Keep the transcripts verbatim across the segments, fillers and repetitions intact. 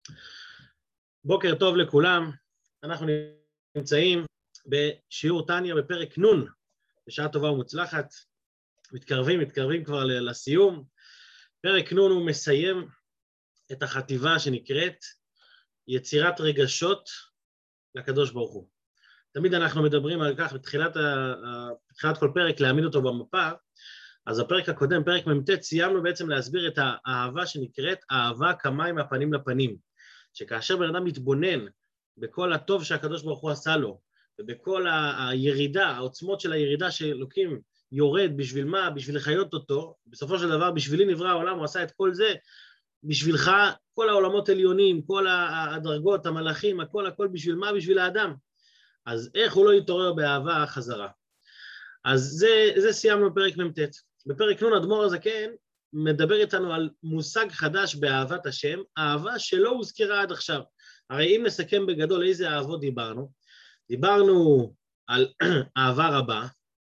בוקר טוב לכולם, אנחנו נמצאים בשיעור תניה בפרק נון, בשעה טובה ומוצלחת, מתקרבים, מתקרבים כבר לסיום. פרק נון הוא מסיים את החטיבה שנקראת יצירת רגשות לקדוש ברוך הוא. תמיד אנחנו מדברים על כך בתחילת, בתחילת כל פרק להעמיד אותו במפה, אז הפרק הקודם, פרק ממתת, סיימנו בעצם להסביר את האהבה שנקראת אהבה כמים מהפנים לפנים, שכאשר בן אדם מתבונן בכל הטוב שהקדוש ברוך הוא עשה לו, ובכל הירידה, העוצמות של הירידה שאלוקים יורד, בשביל מה? בשביל לחיות אותו, בסופו של דבר בשבילי נברא העולם, הוא עשה את כל זה, בשבילך כל העולמות עליונים, כל הדרגות, המלאכים, הכל הכל בשביל מה? בשביל האדם. אז איך הוא לא יתעורר באהבה חזרה? אז זה, זה סיימנו בפרק ממתת. בפרק נון אדמו"ר הזקן מדבר איתנו על מושג חדש באהבת השם, אהבה שלא הוזכרה עד עכשיו. הרי אם נסכם בגדול איזה אהבות דיברנו, דיברנו על אהבה רבה,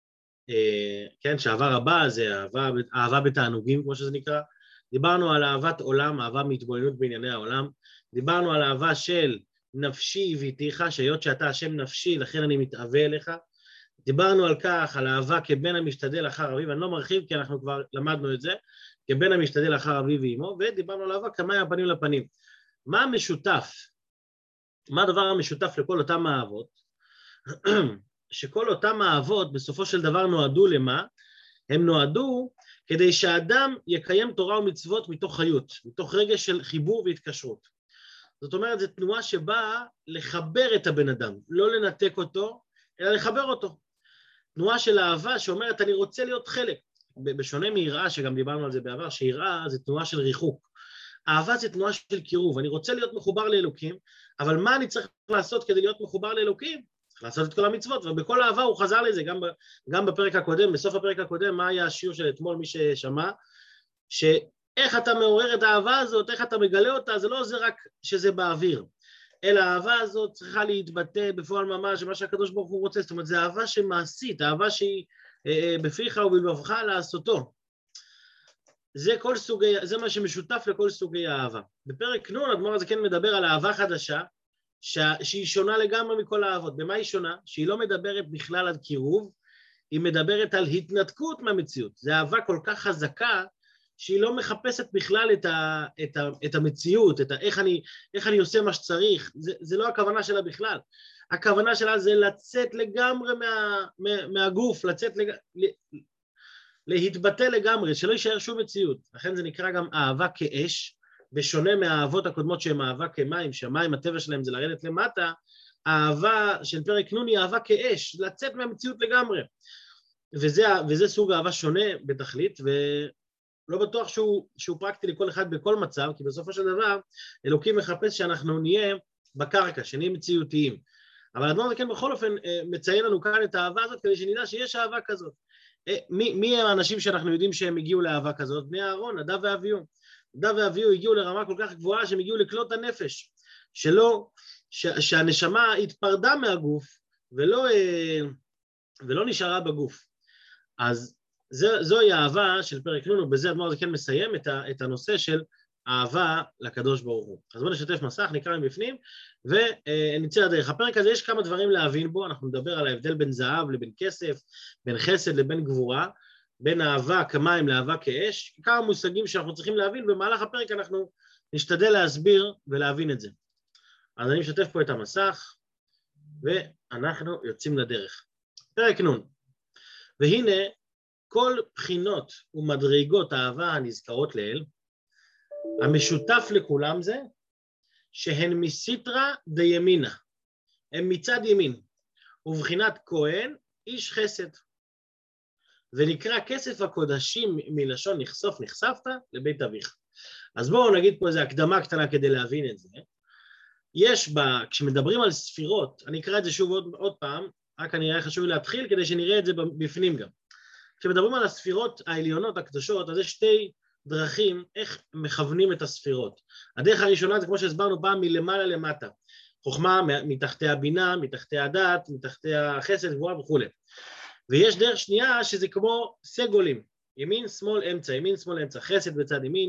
כן, שאהבה רבה זה אהבה, אהבה בתענוגים כמו שזה נקרא, דיברנו על אהבת עולם, אהבה מהתבוננות בענייני העולם, דיברנו על אהבה של נפשי הביתיך, שהיות שאתה השם נפשי לכן אני מתאווה אליך, דיברנו על כך, על אהבה כבן המשתדל אחר אביו, אני לא מרחיב כי אנחנו כבר למדנו את זה, כבן המשתדל אחר אביו ואמו, ודיברנו על אהבה כמים הפנים לפנים. מה המשותף? מה הדבר המשותף לכל אותם האהבות? שכל אותם האהבות בסופו של דבר נועדו למה? הם נועדו כדי שהאדם יקיים תורה ומצוות מתוך חיות, מתוך רגש של חיבור והתקשרות. זאת אומרת, זו תנועה שבאה לחבר את הבן אדם, לא לנתק אותו, אלא לחבר אותו. תנועה של אהבה שאומרת, אני רוצה להיות חלק. בשונה מיראה, שגם דיברנו על זה בעבר, שיראה זה תנועה של ריחוק. אהבה זה תנועה של קירוב. אני רוצה להיות מחובר לאלוקים, אבל מה אני צריך לעשות כדי להיות מחובר לאלוקים? צריך לעשות את כל המצוות, ובכל אהבה הוא חזר לזה, גם, גם בפרק הקודם, בסוף הפרק הקודם, מה היה השיעור של אתמול, מי ששמע, שאיך אתה מעורר את האהבה הזאת, איך אתה מגלה אותה, זה לא זה רק שזה באוויר. אלא האהבה הזאת צריכה להתבטא בפועל ממש, מה שהקדוש ברוך הוא רוצה, זאת אומרת, זה אהבה שמעשית, אהבה שהיא אה, בפיך ובלבבך לעשותו. זה כל סוגי, זה מה שמשותף לכל סוגי האהבה. בפרק נון, אדמו"ר הזקן מדבר על אהבה חדשה, ש... שהיא שונה לגמרי מכל האהבות. במה היא שונה? שהיא לא מדברת בכלל על קירוב, היא מדברת על התנתקות מהמציאות. זו אהבה כל כך חזקה, שהיא לא מחפשת בכלל את, ה, את, ה, את המציאות, את ה, איך, אני, איך אני עושה מה שצריך, זה, זה לא הכוונה שלה בכלל. הכוונה שלה זה לצאת לגמרי מה, מה, מהגוף, לצאת לג... להתבטא לגמרי, שלא יישאר שום מציאות. לכן זה נקרא גם אהבה כאש, בשונה מהאהבות הקודמות שהן אהבה כמים, שהמים הטבע שלהם זה לרדת למטה, האהבה של פרק נון היא אהבה כאש, לצאת מהמציאות לגמרי. וזה, וזה סוג אהבה שונה בתכלית, ו... לא בטוח שהוא, שהוא פרקטי לכל אחד בכל מצב, כי בסופו של דבר אלוקים מחפש שאנחנו נהיה בקרקע, שנהיה מציאותיים. אבל אדמו"ר הזקן בכל אופן מציין לנו כאן את האהבה הזאת, כדי שנדע שיש אהבה כזאת. מי, מי הם האנשים שאנחנו יודעים שהם הגיעו לאהבה כזאת? בני אהרון, נדב ואביהו. נדב ואביהו הגיעו לרמה כל כך גבוהה שהם הגיעו לקלוט הנפש, שלא, ש, שהנשמה התפרדה מהגוף ולא, ולא נשארה בגוף. אז זוהי האהבה של פרק נון, ובזה אדמו"ר הזקן מסיים את, ה, את הנושא של אהבה לקדוש ברוך הוא. אז בואו נשתף מסך, נקרא מבפנים, ונצא לדרך. הפרק הזה יש כמה דברים להבין בו, אנחנו נדבר על ההבדל בין זהב לבין כסף, בין חסד לבין גבורה, בין אהבה כמים לאהבה כאש, כמה מושגים שאנחנו צריכים להבין, במהלך הפרק אנחנו נשתדל להסביר ולהבין את זה. אז אני משתף פה את המסך, ואנחנו יוצאים לדרך. פרק נון. והנה, כל בחינות ומדרגות האהבה הנזכרות לאל, המשותף לכולם זה שהן מסיטרא דימינה, הן מצד ימין, ובחינת כהן איש חסד, ונקרא כסף הקודשים מלשון נחשוף נחשפת לבית אביך. אז בואו נגיד פה איזו הקדמה קטנה כדי להבין את זה. יש בה, כשמדברים על ספירות, אני אקרא את זה שוב עוד, עוד פעם, רק אני היה חשוב להתחיל כדי שנראה את זה בפנים גם. כשמדברים על הספירות העליונות הקדושות, אז יש שתי דרכים איך מכוונים את הספירות. הדרך הראשונה זה כמו שהסברנו פעם מלמעלה למטה. חוכמה מתחתי הבינה, מתחתי הדעת, מתחתי החסד, גבוהה וכו'. ויש דרך שנייה שזה כמו סגולים, ימין, שמאל, אמצע, ימין, שמאל, אמצע, חסד בצד ימין,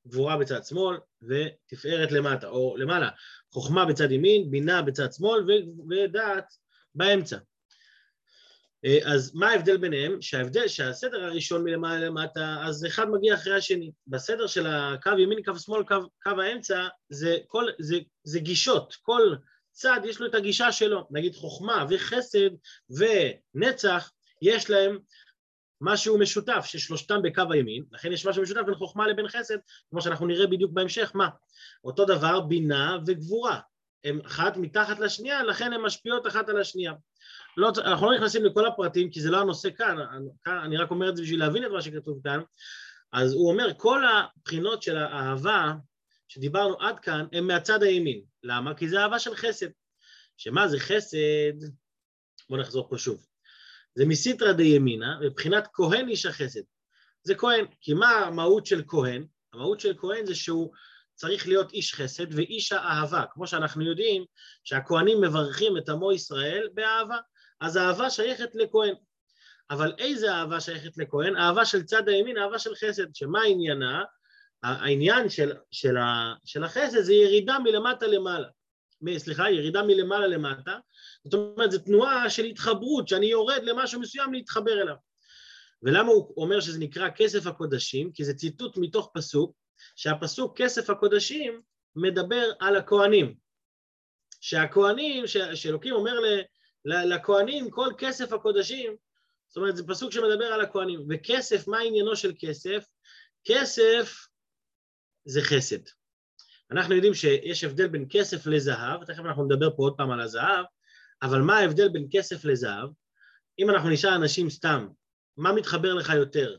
גבורה בצד שמאל, ותפארת למטה, או למעלה, חוכמה בצד ימין, בינה בצד שמאל, ודעת באמצע. אז מה ההבדל ביניהם? שההבדל, שהסדר הראשון מלמעלה למטה, אז אחד מגיע אחרי השני. בסדר של הקו ימין, קו שמאל, קו, קו האמצע, זה, כל, זה, זה גישות. כל צד יש לו את הגישה שלו. נגיד חוכמה וחסד ונצח, יש להם משהו משותף, ששלושתם בקו הימין, לכן יש משהו משותף בין חוכמה לבין חסד, כמו שאנחנו נראה בדיוק בהמשך, מה? אותו דבר בינה וגבורה. הן אחת מתחת לשנייה, לכן הן משפיעות אחת על השנייה. לא, אנחנו לא נכנסים לכל הפרטים, כי זה לא הנושא כאן, אני רק אומר את זה בשביל להבין את מה שכתוב כאן. אז הוא אומר, כל הבחינות של האהבה שדיברנו עד כאן, הן מהצד הימין. למה? כי זה אהבה של חסד. שמה זה חסד? בואו נחזור פה שוב. זה מסיטרא דימינה, מבחינת כהן איש החסד. זה כהן, כי מה המהות של כהן? המהות של כהן זה שהוא צריך להיות איש חסד ואיש האהבה, כמו שאנחנו יודעים שהכהנים מברכים את עמו ישראל באהבה, אז האהבה שייכת לכהן. אבל איזה אהבה שייכת לכהן? אהבה של צד הימין, אהבה של חסד, שמה עניינה? העניין של, של, ה, של החסד זה ירידה מלמטה למעלה. סליחה, ירידה מלמעלה למטה, זאת אומרת, זו תנועה של התחברות, שאני יורד למשהו מסוים להתחבר אליו. ולמה הוא אומר שזה נקרא כסף הקודשים? כי זה ציטוט מתוך פסוק, שהפסוק כסף הקודשים מדבר על הכהנים. שהכהנים, שאלוקים אומר לכהנים, כל כסף הקודשים, זאת אומרת, זה פסוק שמדבר על הכהנים. וכסף, מה העניינו של כסף? כסף זה חסד. אנחנו יודעים שיש הבדל בין כסף לזהב, תכף אנחנו נדבר פה עוד פעם על הזהב, אבל מה ההבדל בין כסף לזהב? אם אנחנו נשאל אנשים סתם, מה מתחבר לך יותר?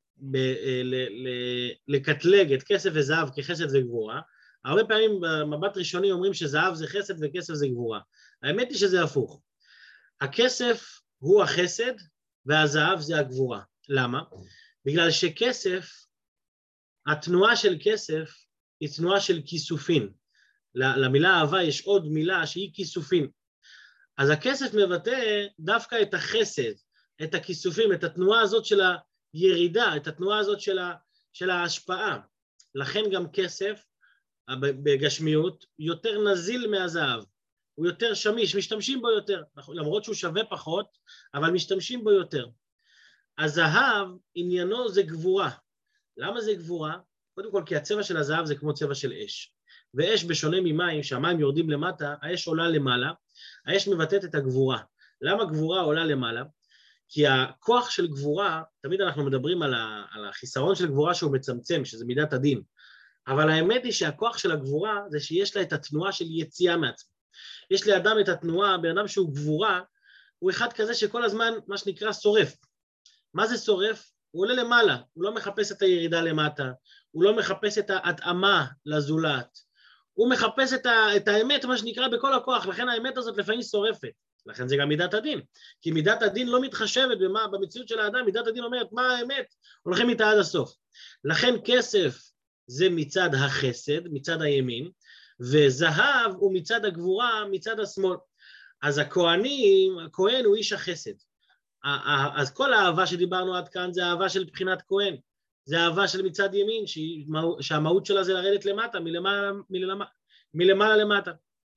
לקטלג את כסף וזהב כחסד וגבורה, הרבה פעמים במבט ראשוני אומרים שזהב זה חסד וכסף זה גבורה. האמת היא שזה הפוך. הכסף הוא החסד והזהב זה הגבורה. למה? בגלל שכסף, התנועה של כסף היא תנועה של כיסופין. למילה אהבה יש עוד מילה שהיא כיסופין. אז הכסף מבטא דווקא את החסד, את הכיסופים, את התנועה הזאת של הירידה, את התנועה הזאת של, ה, של ההשפעה. לכן גם כסף בגשמיות יותר נזיל מהזהב. הוא יותר שמיש, משתמשים בו יותר. למרות שהוא שווה פחות, אבל משתמשים בו יותר. הזהב, עניינו זה גבורה. למה זה גבורה? קודם כל, כי הצבע של הזהב זה כמו צבע של אש. ואש בשונה ממים, שהמים יורדים למטה, האש עולה למעלה, האש מבטאת את הגבורה. למה גבורה עולה למעלה? כי הכוח של גבורה, תמיד אנחנו מדברים על, ה, על החיסרון של גבורה שהוא מצמצם, שזה מידת הדין. אבל האמת היא שהכוח של הגבורה זה שיש לה את התנועה של יציאה מעצמה. יש לאדם את התנועה, בן אדם שהוא גבורה, הוא אחד כזה שכל הזמן, מה שנקרא, שורף. מה זה שורף? הוא עולה למעלה, הוא לא מחפש את הירידה למטה, הוא לא מחפש את ההתאמה לזולת, הוא מחפש את, ה, את האמת, מה שנקרא, בכל הכוח, לכן האמת הזאת לפעמים שורפת, לכן זה גם מידת הדין, כי מידת הדין לא מתחשבת במה, במציאות של האדם, מידת הדין אומרת מה האמת, הולכים איתה עד הסוף. לכן כסף זה מצד החסד, מצד הימין, וזהב הוא מצד הגבורה, מצד השמאל. אז הכהנים, הכהן הוא איש החסד. אז כל האהבה שדיברנו עד כאן זה אהבה של בחינת כהן, זה אהבה של מצד ימין, שהמהות שלה זה לרדת למטה, מלמעלה, מלמעלה, מלמעלה למטה.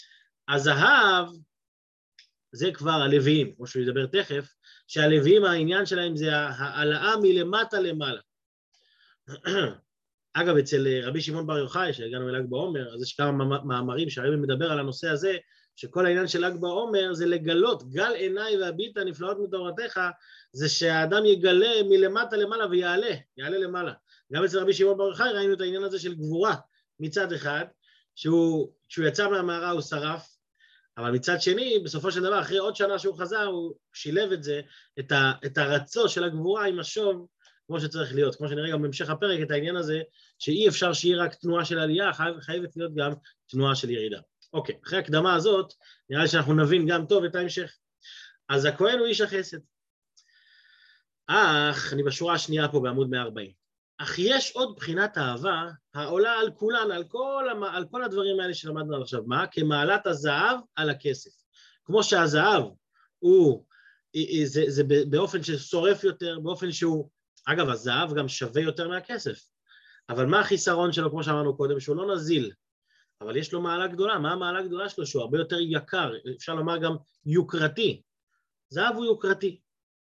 הזהב זה כבר הלוויים, כמו שהוא ידבר תכף, שהלוויים העניין שלהם זה העלאה מלמטה למעלה. אגב, אצל רבי שמעון בר יוחאי, שהגענו לל"ג בעומר, אז יש כמה מאמרים שהרבי מדבר על הנושא הזה, שכל העניין של ל"ג בעומר זה לגלות, גל עיניי והביט הנפלאות מתורתך, זה שהאדם יגלה מלמטה למעלה ויעלה, יעלה למעלה. גם אצל רבי שמעון בר יוחאי ראינו את העניין הזה של גבורה מצד אחד, שהוא, שהוא יצא מהמערה הוא שרף, אבל מצד שני, בסופו של דבר, אחרי עוד שנה שהוא חזר, הוא שילב את זה, את, ה, את הרצו של הגבורה עם השוב, כמו שצריך להיות, כמו שנראה גם בהמשך הפרק, את העניין הזה, שאי אפשר שיהיה רק תנועה של עלייה, חייב, חייבת להיות גם תנועה של ירידה. אוקיי, אחרי הקדמה הזאת, נראה לי שאנחנו נבין גם טוב את ההמשך. אז הכהן הוא איש החסד. אך, אני בשורה השנייה פה בעמוד מאה וארבעים. אך יש עוד בחינת אהבה, העולה על כולן, על כל, על כל הדברים האלה שלמדנו עכשיו. מה? כמעלת הזהב על הכסף. כמו שהזהב הוא, זה, זה באופן ששורף יותר, באופן שהוא, אגב, הזהב גם שווה יותר מהכסף. אבל מה החיסרון שלו, כמו שאמרנו קודם, שהוא לא נזיל, אבל יש לו מעלה גדולה. מה המעלה הגדולה שלו? שהוא הרבה יותר יקר, אפשר לומר גם יוקרתי. זהב הוא יוקרתי,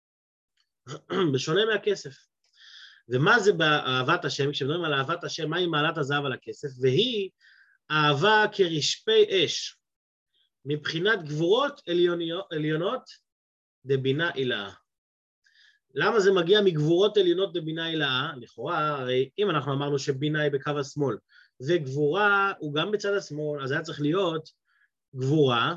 בשונה מהכסף. ומה זה באהבת השם? כשמדברים על אהבת השם, מהי מעלת הזהב על הכסף? והיא אהבה כרשפי אש, מבחינת גבורות עליונות דבינה אילאה. למה זה מגיע מגבורות עליונות דבינה אילאה? לכאורה, הרי אם אנחנו אמרנו שבינה היא בקו השמאל, וגבורה הוא גם בצד השמאל, אז היה צריך להיות גבורה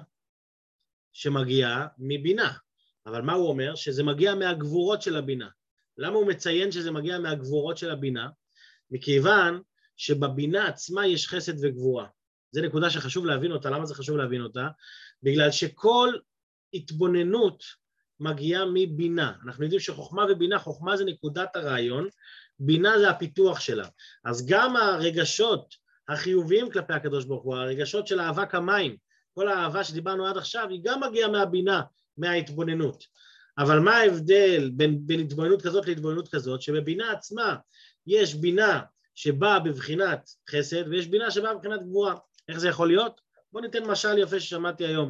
שמגיעה מבינה. אבל מה הוא אומר? שזה מגיע מהגבורות של הבינה. למה הוא מציין שזה מגיע מהגבורות של הבינה? מכיוון שבבינה עצמה יש חסד וגבורה. זו נקודה שחשוב להבין אותה. למה זה חשוב להבין אותה? בגלל שכל התבוננות מגיעה מבינה. אנחנו יודעים שחוכמה ובינה, חוכמה זה נקודת הרעיון, בינה זה הפיתוח שלה. אז גם הרגשות החיוביים כלפי הקדוש ברוך הוא, הרגשות של אהבה כמים, כל האהבה שדיברנו עד עכשיו, היא גם מגיעה מהבינה, מההתבוננות. אבל מה ההבדל בין, בין התבוננות כזאת להתבוננות כזאת? שבבינה עצמה יש בינה שבאה בבחינת חסד, ויש בינה שבאה בבחינת גבורה. איך זה יכול להיות? בואו ניתן משל יפה ששמעתי היום.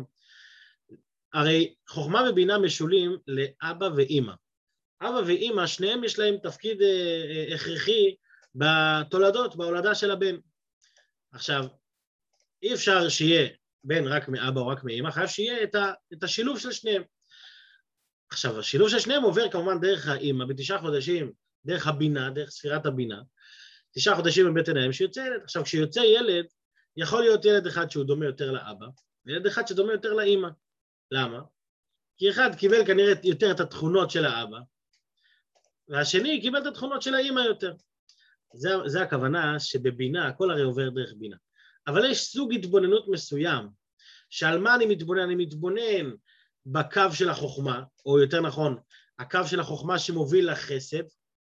הרי חוכמה ובינה משולים לאבא ואמא. אבא ואמא, שניהם יש להם תפקיד אה, אה, הכרחי בתולדות, בהולדה של הבן. עכשיו, אי אפשר שיהיה בן רק מאבא או רק מאמא, חייב שיהיה את, ה, את השילוב של שניהם. עכשיו, השילוב של שניהם עובר כמובן דרך האמא, בתשעה חודשים, דרך הבינה, דרך ספירת הבינה, תשעה חודשים בבטן האם שיוצא ילד. עכשיו, כשיוצא ילד, יכול להיות ילד אחד שהוא דומה יותר לאבא, וילד אחד שדומה יותר לאמא. למה? כי אחד קיבל כנראה יותר את התכונות של האבא, והשני קיבל את התכונות של האמא יותר. זה, זה הכוונה שבבינה, הכל הרי עובר דרך בינה. אבל יש סוג התבוננות מסוים, שעל מה אני מתבונן? אני מתבונן בקו של החוכמה, או יותר נכון, הקו של החוכמה שמוביל לחסד,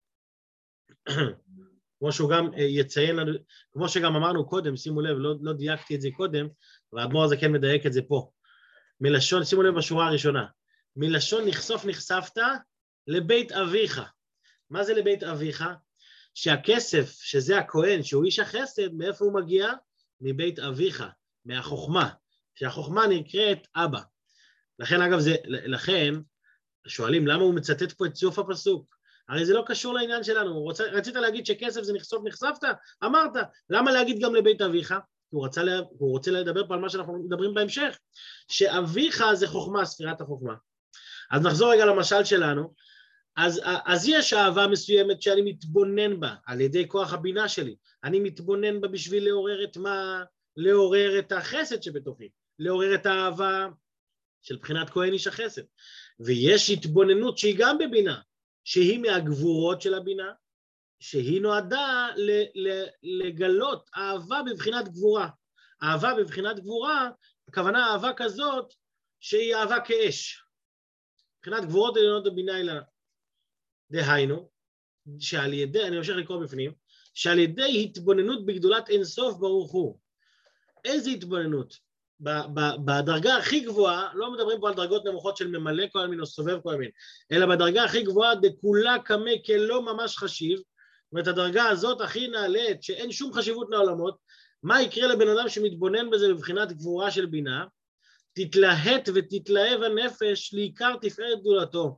כמו שהוא גם יציין לנו, כמו שגם אמרנו קודם, שימו לב, לא, לא דייקתי את זה קודם, והאדמו"ר הזה כן מדייק את זה פה. מלשון, שימו לב בשורה הראשונה, מלשון נחשוף נחשפת לבית אביך. מה זה לבית אביך? שהכסף, שזה הכהן, שהוא איש החסד, מאיפה הוא מגיע? מבית אביך, מהחוכמה, שהחוכמה נקראת אבא. לכן אגב זה, לכן שואלים למה הוא מצטט פה את סוף הפסוק, הרי זה לא קשור לעניין שלנו. רוצה, רצית להגיד שכסף זה נחשוף נחשפת? אמרת, למה להגיד גם לבית אביך? הוא, רצה, הוא רוצה לדבר פה על מה שאנחנו מדברים בהמשך, שאביך זה חוכמה, ספירת החוכמה. אז נחזור רגע למשל שלנו, אז, אז יש אהבה מסוימת שאני מתבונן בה, על ידי כוח הבינה שלי, אני מתבונן בה בשביל לעורר את מה? לעורר את החסד שבתוכי, לעורר את האהבה של בחינת כהן איש החסד. ויש התבוננות שהיא גם בבינה, שהיא מהגבורות של הבינה, שהיא נועדה לגלות אהבה בבחינת גבורה. אהבה בבחינת גבורה, הכוונה אהבה כזאת שהיא אהבה כאש. בבחינת גבורות עליונות בבינה אילאה. דהיינו, שעל ידי, אני ממשיך לקרוא בפנים, שעל ידי התבוננות בגדולת אינסוף ברוך הוא. איזה התבוננות? בדרגה הכי גבוהה, לא מדברים פה על דרגות נמוכות של ממלא כל המין או סובב כל המין, אלא בדרגה הכי גבוהה דכולה קמה כלא ממש חשיב, זאת אומרת הדרגה הזאת הכי נעלית, שאין שום חשיבות לעולמות. מה יקרה לבן אדם שמתבונן בזה בבחינת גבורה של בינה? תתלהט ותתלהב הנפש לעיקר תפארת גדולתו.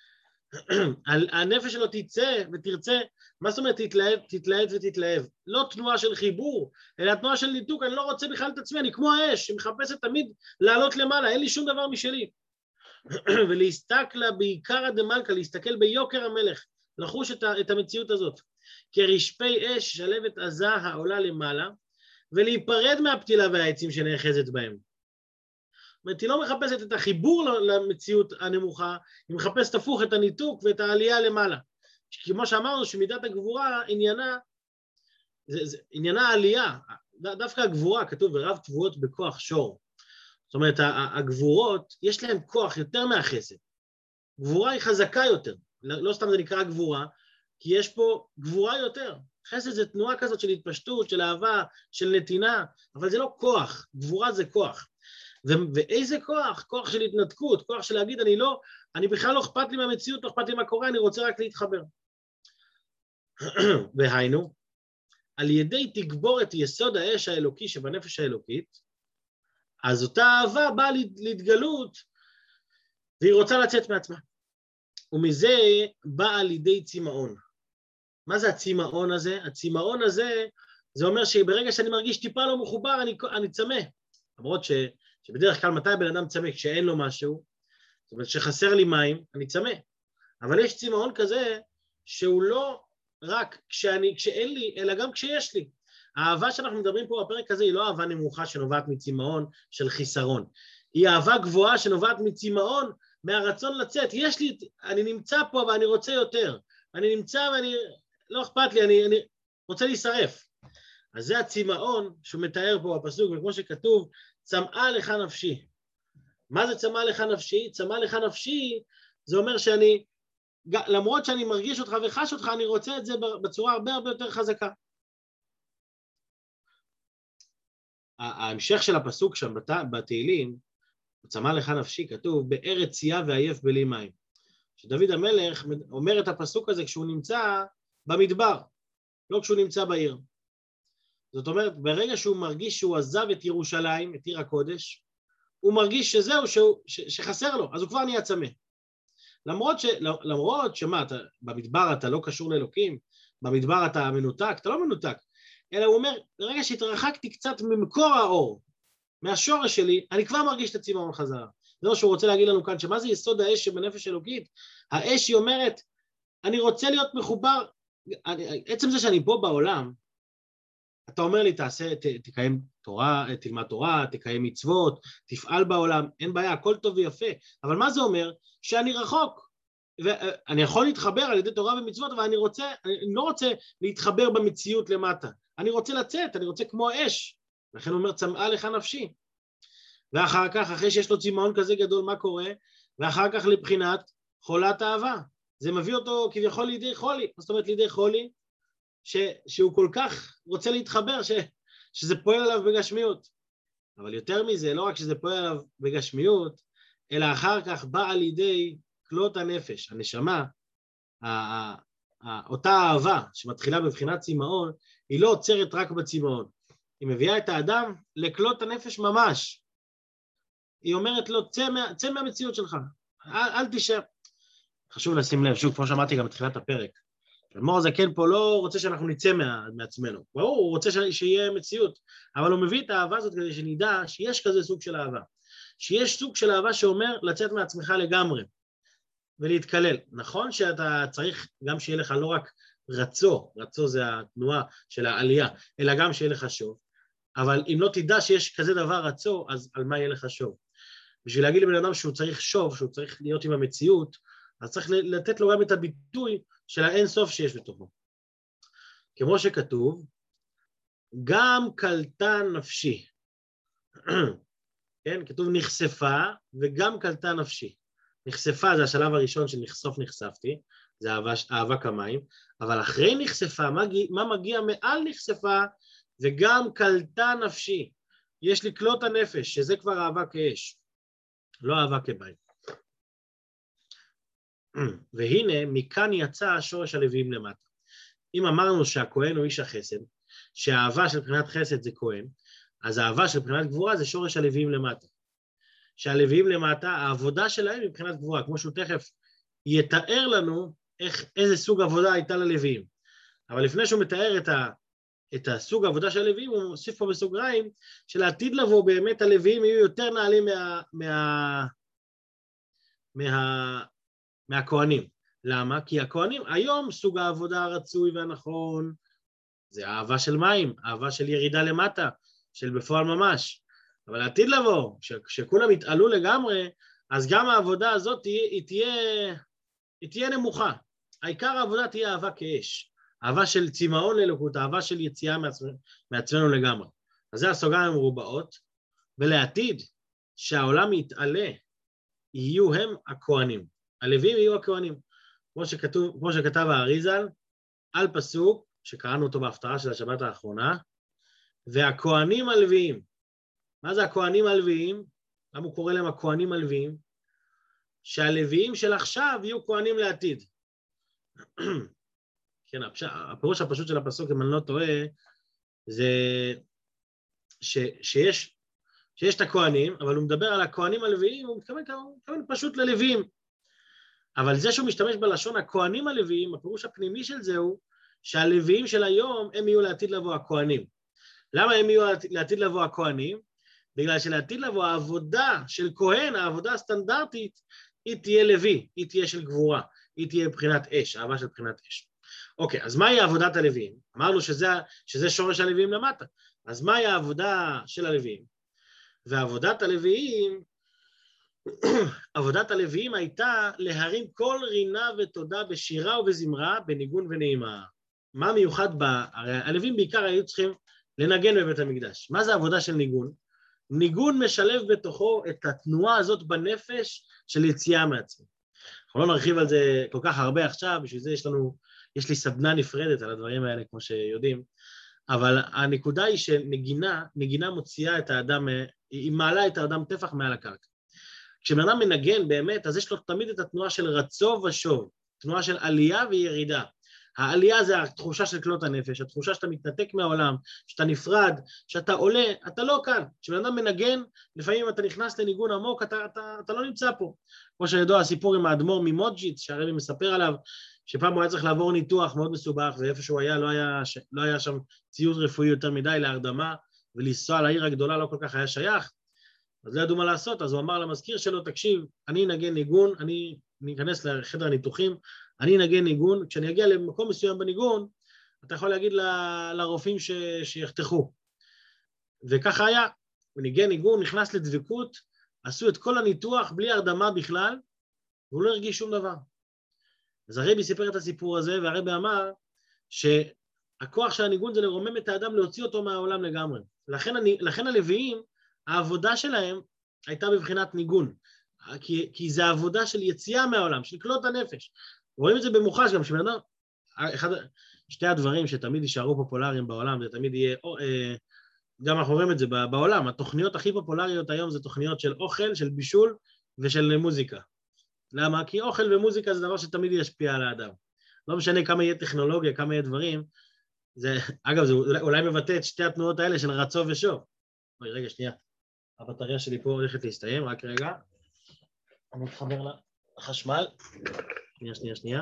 הנפש שלו תצא ותרצה, מה זאת אומרת תתלהב, תתלהב ותתלהב? לא תנועה של חיבור, אלא תנועה של ניתוק. אני לא רוצה בכלל את עצמי, אני כמו האש שמחפשת תמיד לעלות למעלה, אין לי שום דבר משלי. ולהסתכל בעיקר הדמלכה, להסתכל ביוקר המלך, לחוש את, את המציאות הזאת, כרשפי אש שלבת עזה העולה למעלה, ולהיפרד מהפתילה והעצים שנאחזת בהם. זאת אומרת, היא לא מחפשת את החיבור למציאות הנמוכה, היא מחפשת הפוך את הניתוק ואת העלייה למעלה. כמו שאמרנו שמידת הגבורה עניינה, זה, זה, עניינה העלייה, דווקא הגבורה, כתוב ורב תבואות בכוח שור. זאת אומרת, הגבורות יש להן כוח יותר מהחסד. גבורה היא חזקה יותר, לא סתם זה נקרא גבורה, כי יש פה גבורה יותר. חסד זה תנועה כזאת של התפשטות, של אהבה, של נתינה, אבל זה לא כוח, גבורה זה כוח. ו- ואיזה כוח? כוח של התנתקות, כוח של להגיד אני לא, אני בכלל לא אכפת לי מהמציאות, לא אכפת לי מה קורה, אני רוצה רק להתחבר. והיינו, על ידי תגבור את יסוד האש האלוקי שבנפש האלוקית, אז אותה אהבה באה להתגלות, והיא רוצה לצאת מעצמה. ומזה באה לידי צמאון. מה זה הצמאון הזה? הצמאון הזה, זה אומר שברגע שאני מרגיש טיפה לא מחובר, אני, אני צמא. למרות ש, שבדרך כלל מתי בן אדם צמא? כשאין לו משהו, זאת אומרת שחסר לי מים, אני צמא. אבל יש צמאון כזה, שהוא לא רק כשאני, כשאין לי, אלא גם כשיש לי. האהבה שאנחנו מדברים פה בפרק הזה, היא לא אהבה נמוכה שנובעת מצמאון של חיסרון. היא אהבה גבוהה שנובעת מצמאון, מהרצון לצאת. יש לי, אני נמצא פה ואני רוצה יותר. אני נמצא ואני, לא אכפת לי, אני, אני רוצה להישרף. אז זה הצמאון שהוא מתאר פה בפסוק, וכמו שכתוב, צמאה לך נפשי. מה זה צמאה לך נפשי? צמאה לך נפשי, זה אומר שאני, למרות שאני מרגיש אותך וחש אותך, אני רוצה את זה בצורה הרבה הרבה יותר חזקה. ההמשך של הפסוק שם בתהילים, צמאה לך נפשי, כתוב, בארץ צייה ועייף בלי מים. שדוד המלך אומר את הפסוק הזה כשהוא נמצא במדבר, לא כשהוא נמצא בעיר. זאת אומרת, ברגע שהוא מרגיש שהוא עזב את ירושלים, את עיר הקודש, הוא מרגיש שזהו, שהוא, ש, שחסר לו, אז הוא כבר נהיה צמא. למרות, ש, למרות שמה, אתה, במדבר אתה לא קשור לאלוקים, במדבר אתה מנותק, אתה לא מנותק, אלא הוא אומר, ברגע שהתרחקתי קצת ממקור האור, מהשורש שלי, אני כבר מרגיש את הצמאון חזרה. זה מה שהוא רוצה להגיד לנו כאן, שמה זה יסוד האש שבנפש אלוקית? האש היא אומרת, אני רוצה להיות מחובר, אני, עצם זה שאני פה בעולם, אתה אומר לי, תעשה, ת, תקיים תורה, תלמד תורה, תקיים מצוות, תפעל בעולם, אין בעיה, הכל טוב ויפה, אבל מה זה אומר? שאני רחוק, ואני יכול להתחבר על ידי תורה ומצוות, אבל אני רוצה, אני לא רוצה להתחבר במציאות למטה, אני רוצה לצאת, אני רוצה כמו אש, לכן הוא אומר, צמאה לך נפשי. ואחר כך, אחרי שיש לו צמאון כזה גדול, מה קורה? ואחר כך לבחינת חולת אהבה. זה מביא אותו כביכול לידי חולי. זאת אומרת, לידי חולי, ש, שהוא כל כך רוצה להתחבר, ש, שזה פועל עליו בגשמיות. אבל יותר מזה, לא רק שזה פועל עליו בגשמיות, אלא אחר כך באה לידי כלות הנפש, הנשמה, אותה אהבה שמתחילה בבחינת צמאון, היא לא עוצרת רק בצמאון. היא מביאה את האדם לכלות הנפש ממש. היא אומרת לו, צא, מה, צא מהמציאות שלך, אל, אל תישאר. חשוב לשים לב, שוב, כמו שאמרתי גם בתחילת הפרק, האדמו"ר הזקן פה לא רוצה שאנחנו נצא מה, מעצמנו, ברור, הוא רוצה ש, שיהיה מציאות, אבל הוא מביא את האהבה הזאת כדי שנדע שיש כזה סוג של אהבה, שיש סוג של אהבה שאומר לצאת מעצמך לגמרי, ולהתקלל. נכון שאתה צריך גם שיהיה לך לא רק רצו, רצו זה התנועה של העלייה, אלא גם שיהיה לך שוב, אבל אם לא תדע שיש כזה דבר רצו, אז על מה יהיה לך שוב? בשביל להגיד לבן אדם שהוא צריך שוב, שהוא צריך להיות עם המציאות, אז צריך לתת לו גם את הביטוי של האין סוף שיש בתוכו. כמו שכתוב, גם קלטה נפשי. כן, כתוב נחשפה וגם קלטה נפשי. נחשפה זה השלב הראשון של נחשוף נחשפתי, זה אהבה, אהבה כמיים, אבל אחרי נחשפה, מה, מה מגיע מעל נחשפה, וגם קלטה נפשי. יש לי כלות הנפש, שזה כבר אהבה כאש, לא אהבה כבית. והנה, מכאן יצא שורש הלוויים למטה. אם אמרנו שהכהן הוא איש החסד, שהאהבה של בחינת חסד זה כהן, אז האהבה של בחינת גבורה זה שורש הלוויים למטה. שהלוויים למטה, העבודה שלהם היא בחינת גבורה, כמו שהוא תכף יתאר לנו איך, איזה סוג עבודה הייתה ללוויים. אבל לפני שהוא מתאר את ה... את הסוג העבודה של הלוויים, הוא מוסיף פה בסוגריים, שלעתיד לבוא באמת הלוויים יהיו יותר נעלים מה, מה, מה, מהכהנים. למה? כי הכהנים, היום סוג העבודה הרצוי והנכון, זה אהבה של מים, אהבה של ירידה למטה, של בפועל ממש. אבל לעתיד לבוא, כשכולם יתעלו לגמרי, אז גם העבודה הזאת תהיה, היא תהיה, היא תהיה נמוכה. העיקר העבודה תהיה אהבה כאש. אהבה של צמאון לאלוקות, אהבה של יציאה מעצמנו, מעצמנו לגמרי. אז זה הסוגריים המרובעות, ולעתיד שהעולם יתעלה, יהיו הם הכהנים. הלוויים יהיו הכהנים. כמו שכתוב, כמו שכתב האריז"ל, על פסוק, שקראנו אותו בהפטרה של השבת האחרונה, והכהנים הלוויים. מה זה הכהנים הלוויים? למה הוא קורא להם הכהנים הלוויים? שהלוויים של עכשיו יהיו כהנים לעתיד. כן, הפירוש הפשוט של הפסוק, אם אני לא טועה, זה ש, שיש, שיש את הכהנים, אבל הוא מדבר על הכהנים הלוויים, הוא מתכוון, הוא מתכוון פשוט ללוויים. אבל זה שהוא משתמש בלשון הכהנים הלוויים, הפירוש הפנימי של זה הוא, שהלוויים של היום הם יהיו לעתיד לבוא הכהנים. למה הם יהיו לעתיד לבוא הכהנים? בגלל שלעתיד לבוא העבודה של כהן, העבודה הסטנדרטית, היא תהיה לוי, היא תהיה של גבורה, היא תהיה מבחינת אש, אהבה של מבחינת אש. אוקיי, אז מהי עבודת הלוויים? אמרנו שזה, שזה שורש הלוויים למטה. אז מהי העבודה של הלוויים? ועבודת הלוויים, עבודת הלוויים הייתה להרים כל רינה ותודה בשירה ובזמרה, בניגון ונעימה. מה מיוחד בה? הרי הלוויים בעיקר היו צריכים לנגן בבית המקדש. מה זה עבודה של ניגון? ניגון משלב בתוכו את התנועה הזאת בנפש של יציאה מעצמו. אנחנו לא נרחיב על זה כל כך הרבה עכשיו, בשביל זה יש לנו, יש לי סדנה נפרדת על הדברים האלה, כמו שיודעים, אבל הנקודה היא שנגינה, נגינה מוציאה את האדם, היא מעלה את האדם טפח מעל הקרקע. כשבן מנגן באמת, אז יש לו תמיד את התנועה של רצו ושוב, תנועה של עלייה וירידה. העלייה זה התחושה של כלות הנפש, התחושה שאתה מתנתק מהעולם, שאתה נפרד, שאתה עולה, אתה לא כאן. כשבן אדם מנגן, לפעמים אתה נכנס לניגון עמוק, אתה, אתה, אתה לא נמצא פה. כמו שידוע הסיפור עם האדמו"ר ממוג'יץ, שהרבי מספר עליו, שפעם הוא היה צריך לעבור ניתוח מאוד מסובך, ואיפה שהוא היה, לא היה, לא היה שם ציוד רפואי יותר מדי להרדמה, ולנסוע לעיר הגדולה לא כל כך היה שייך, אז לא ידעו מה לעשות, אז הוא אמר למזכיר שלו, תקשיב, אני אנגן ניגון, אני אכנס לחדר הניתוחים, אני אנגן ניגון, כשאני אגיע למקום מסוים בניגון, אתה יכול להגיד ל, לרופאים ש, שיחתכו. וככה היה, הוא ניגן ניגון, נכנס לדבקות, עשו את כל הניתוח בלי הרדמה בכלל, והוא לא הרגיש שום דבר. אז הרבי סיפר את הסיפור הזה, והרבי אמר שהכוח של הניגון זה לרומם את האדם, להוציא אותו מהעולם לגמרי. לכן, אני, לכן הלוויים, העבודה שלהם הייתה בבחינת ניגון, כי, כי זה העבודה של יציאה מהעולם, של כלות הנפש. רואים את זה במוחש גם, שבן אדם, אחד, שתי הדברים שתמיד יישארו פופולריים בעולם, זה תמיד יהיה, או, אה, גם אנחנו רואים את זה בעולם, התוכניות הכי פופולריות היום זה תוכניות של אוכל, של בישול ושל מוזיקה. למה? כי אוכל ומוזיקה זה דבר שתמיד ישפיע על האדם. לא משנה כמה יהיה טכנולוגיה, כמה יהיה דברים, זה, אגב, זה אולי מבטא את שתי התנועות האלה של רצו ושוב. אוי, רגע, שנייה. הבטריה שלי פה הולכת להסתיים, רק רגע. אני מתחבר לחשמל. שנייה, שנייה, שנייה.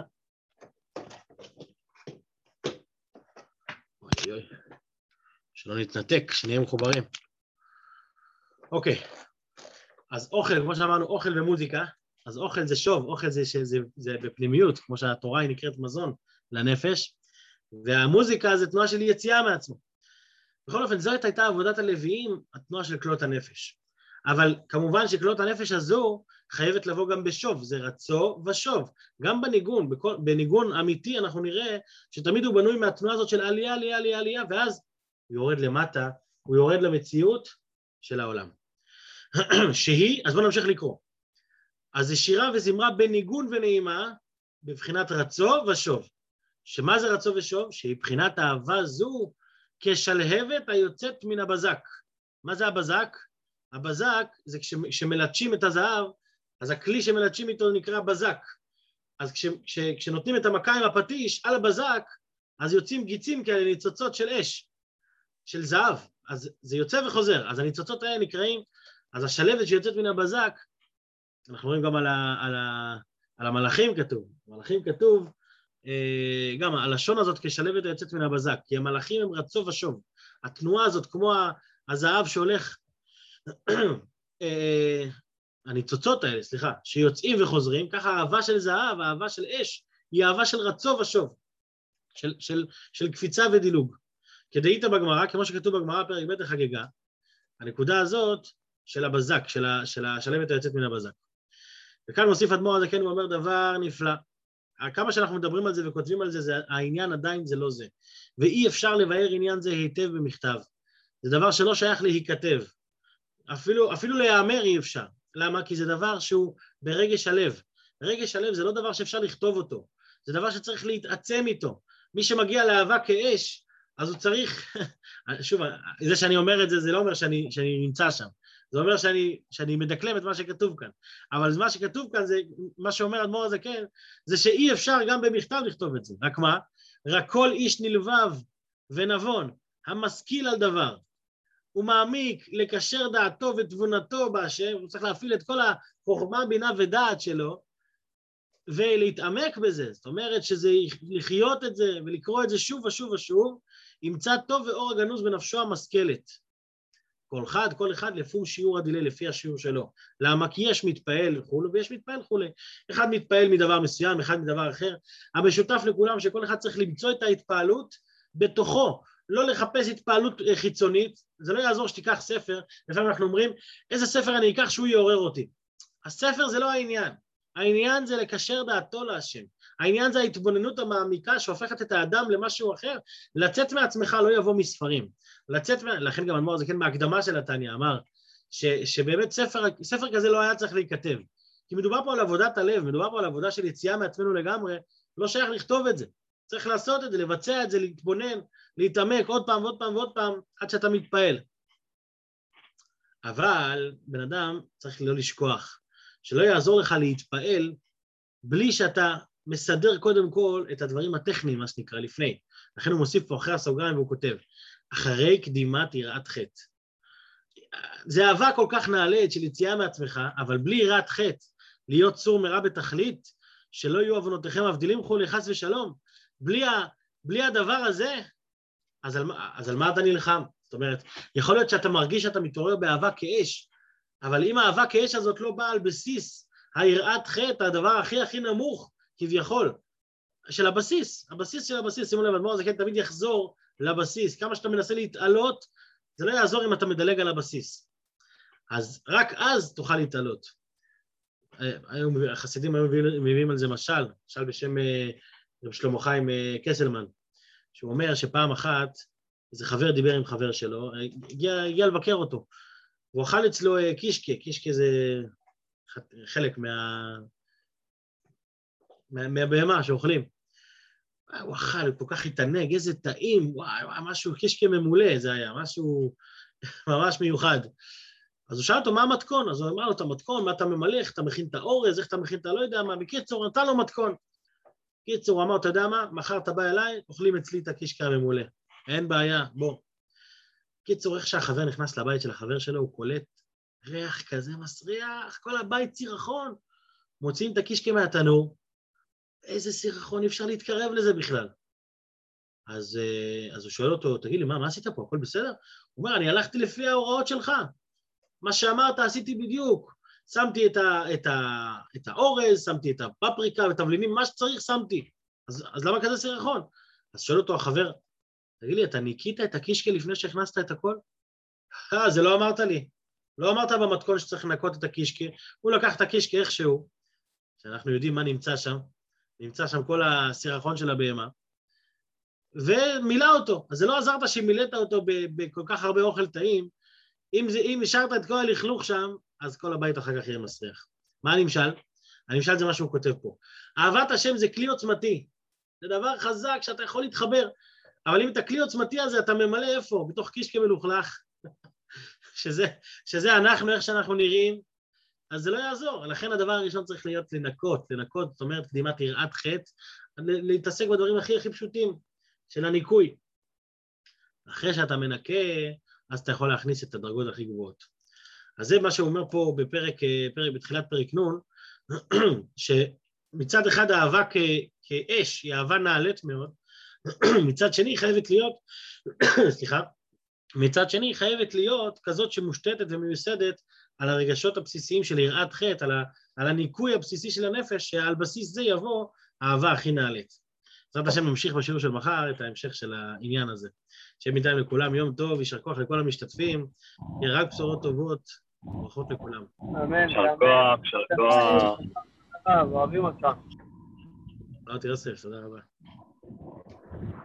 אוי, אוי. שלא נתנתק, שנהיה מחוברים. אוקיי. אז אוכל, כמו שאמרנו, אוכל ומוזיקה. אז אוכל זה שוב, אוכל זה, שזה, זה בפנימיות, כמו שהתורה היא נקראת מזון לנפש, והמוזיקה זה תנועה של יציאה מעצמו. בכל אופן, זאת הייתה עבודת הלוויים, התנועה של כלות הנפש. אבל כמובן שכלות הנפש הזו חייבת לבוא גם בשוב, זה רצו ושוב. גם בניגון, בכל, בניגון אמיתי אנחנו נראה שתמיד הוא בנוי מהתנועה הזאת של עלייה, עלייה, עלייה, עלייה, ואז הוא יורד למטה, הוא יורד למציאות של העולם. שהיא, אז בואו נמשיך לקרוא. אז זה שירה וזמרה בניגון ונעימה, בבחינת רצו ושוב. שמה זה רצו ושוב? שהיא בחינת אהבה זו, כשלהבת היוצאת מן הבזק. מה זה הבזק? הבזק זה כשמלטשים את הזהב, אז הכלי שמלטשים איתו נקרא בזק. אז כש, כש, כשנותנים את המכה עם הפטיש על הבזק, אז יוצאים גיצים כאלה, ניצוצות של אש, של זהב. אז זה יוצא וחוזר. אז הניצוצות האלה נקראים, אז השלהבת שיוצאת מן הבזק, אנחנו רואים גם על, ה, על, ה, על המלאכים כתוב. המלאכים כתוב, גם הלשון הזאת כשלהבת היוצאת מן הבזק, כי המלאכים הם רצו ושוב. התנועה הזאת, כמו הזהב שהולך, הניצוצות האלה, סליחה, שיוצאים וחוזרים, ככה האהבה של זהב, האהבה של אש, היא אהבה של רצו ושוב, של, של, של קפיצה ודילוג. כדאית בגמרא, כמו שכתוב בגמרא פרק ב' החגיגה, הנקודה הזאת של הבזק, של, ה, של השלהבת היוצאת מן הבזק. וכאן מוסיף אדמו"ר הזקן, הוא אומר דבר נפלא. כמה שאנחנו מדברים על זה וכותבים על זה, זה, העניין עדיין זה לא זה. ואי אפשר לבאר עניין זה היטב במכתב. זה דבר שלא שייך להיכתב. אפילו, אפילו להיאמר אי אפשר. למה? כי זה דבר שהוא ברגש הלב. רגש הלב זה לא דבר שאפשר לכתוב אותו. זה דבר שצריך להתעצם איתו. מי שמגיע לאהבה כאש, אז הוא צריך... שוב, זה שאני אומר את זה, זה לא אומר שאני, שאני נמצא שם. זה אומר שאני, שאני מדקלם את מה שכתוב כאן. אבל מה שכתוב כאן, זה, מה שאומר אדמו"ר הזקן, זה שאי אפשר גם במכתב לכתוב את זה. רק מה? רק כל איש נלבב ונבון, המשכיל על דבר, הוא מעמיק לקשר דעתו ותבונתו בהשם, הוא צריך להפעיל את כל החוכמה, בינה ודעת שלו, ולהתעמק בזה, זאת אומרת שזה לחיות את זה ולקרוא את זה שוב ושוב ושוב, ימצא טוב ואור הגנוז בנפשו המשכלת. כל אחד, כל אחד לפי שיעור הדילה, לפי השיעור שלו. למה? כי יש מתפעל וכו' ויש מתפעל וכו'. אחד מתפעל מדבר מסוים, אחד מדבר אחר. המשותף לכולם שכל אחד צריך למצוא את ההתפעלות בתוכו, לא לחפש התפעלות חיצונית. זה לא יעזור שתיקח ספר, לפעמים אנחנו אומרים, איזה ספר אני אקח שהוא יעורר אותי. הספר זה לא העניין. העניין זה לקשר דעתו להשם. העניין זה ההתבוננות המעמיקה שהופכת את האדם למשהו אחר. לצאת מעצמך לא יבוא מספרים. לצאת, לכן גם אמר, זה כן בהקדמה של התניא, אמר, ש, שבאמת ספר, ספר כזה לא היה צריך להיכתב. כי מדובר פה על עבודת הלב, מדובר פה על עבודה של יציאה מעצמנו לגמרי, לא שייך לכתוב את זה. צריך לעשות את זה, לבצע את זה, להתבונן, להתעמק עוד פעם ועוד פעם ועוד פעם, עד שאתה מתפעל. אבל בן אדם צריך לא לשכוח, שלא יעזור לך להתפעל, בלי שאתה מסדר קודם כל את הדברים הטכניים, מה שנקרא, לפני. לכן הוא מוסיף פה אחרי הסוגריים והוא כותב, אחרי קדימת יראת חטא. זה אהבה כל כך נעלית של יציאה מעצמך, אבל בלי יראת חטא, להיות צור מרע בתכלית, שלא יהיו עוונותיכם מבדילים חולי חס ושלום, בלי, ה, בלי הדבר הזה, אז על, אז על מה אתה נלחם? זאת אומרת, יכול להיות שאתה מרגיש שאתה מתעורר באהבה כאש, אבל אם האהבה כאש הזאת לא באה על בסיס היראת חטא, הדבר הכי הכי נמוך, כביכול, של הבסיס, הבסיס של הבסיס, שימו לב, אדמו"ר, זה כן תמיד יחזור לבסיס, כמה שאתה מנסה להתעלות, זה לא יעזור אם אתה מדלג על הבסיס. אז רק אז תוכל להתעלות. החסידים היו מביאים על זה משל, משל בשם שלמה חיים קסלמן, שהוא אומר שפעם אחת, איזה חבר דיבר עם חבר שלו, הגיע, הגיע לבקר אותו, הוא אכל אצלו קישקה, קישקה זה חלק מה... מה... מהבהמה שאוכלים. הוא אכל, הוא כל כך התענג, איזה טעים, וואי, וואי, משהו קישקה ממולא, זה היה, משהו ממש מיוחד. אז הוא שאל אותו, מה המתכון? אז הוא אמר לו, את המתכון, מה אתה ממלא, איך אתה מכין את האורז, איך אתה מכין את הלא יודע מה, בקיצור, נתן לו מתכון. בקיצור, הוא אמר, אתה יודע מה, מחר אתה בא אליי, אוכלים אצלי את הקישקה הממולא. אין בעיה, בוא. בקיצור, איך שהחבר נכנס לבית של החבר שלו, הוא קולט ריח כזה מסריח, כל הבית סירחון. מוציאים את הקישקה מהתנור, איזה סירחון, אי אפשר להתקרב לזה בכלל. אז, אז הוא שואל אותו, תגיד לי, מה, מה עשית פה? הכל בסדר? הוא אומר, אני הלכתי לפי ההוראות שלך. מה שאמרת עשיתי בדיוק. שמתי את, ה, את, ה, את האורז, שמתי את הפפריקה ותבלינים, מה שצריך שמתי. אז, אז למה כזה סירחון? אז שואל אותו החבר, תגיד לי, אתה ניקית את הקישקה לפני שהכנסת את הכל? אה, זה לא אמרת לי. לא אמרת במתכון שצריך לנקות את הקישקה. הוא לקח את הקישקה איכשהו, שאנחנו יודעים מה נמצא שם. נמצא שם כל הסירחון של הבהמה, ומילא אותו. אז זה לא עזרת שמילאת אותו בכל כך הרבה אוכל טעים, אם, זה, אם השארת את כל הלכלוך שם, אז כל הבית אחר כך יהיה מסריח. מה הנמשל? הנמשל זה מה שהוא כותב פה. אהבת השם זה כלי עוצמתי, זה דבר חזק שאתה יכול להתחבר, אבל אם את הכלי עוצמתי הזה אתה ממלא איפה? בתוך קישקה מלוכלך, שזה, שזה אנחנו, איך שאנחנו נראים, אז זה לא יעזור. לכן הדבר הראשון צריך להיות לנקות, לנקות, זאת אומרת, קדימת יראת חטא, להתעסק בדברים הכי הכי פשוטים של הניקוי. אחרי שאתה מנקה, אז אתה יכול להכניס את הדרגות הכי גבוהות. אז זה מה שהוא אומר פה בפרק, פרק, בתחילת פרק נון, שמצד אחד האהבה כ, כאש, היא אהבה נעלית מאוד, מצד שני היא חייבת להיות, סליחה, מצד שני היא חייבת להיות כזאת שמושתתת ומיוסדת על הרגשות הבסיסיים של יראת חטא, על, ה, על הניקוי הבסיסי של הנפש, שעל בסיס זה יבוא האהבה הכי נעלית. בעזרת השם נמשיך בשיעור של מחר את ההמשך של העניין הזה. שיהיה בינתיים לכולם יום טוב, יישר כוח לכל המשתתפים, יהיה רק בשורות טובות, ברכות לכולם. אמן. יישר כוח, יישר כוח. אוהבים אותך. תודה רבה.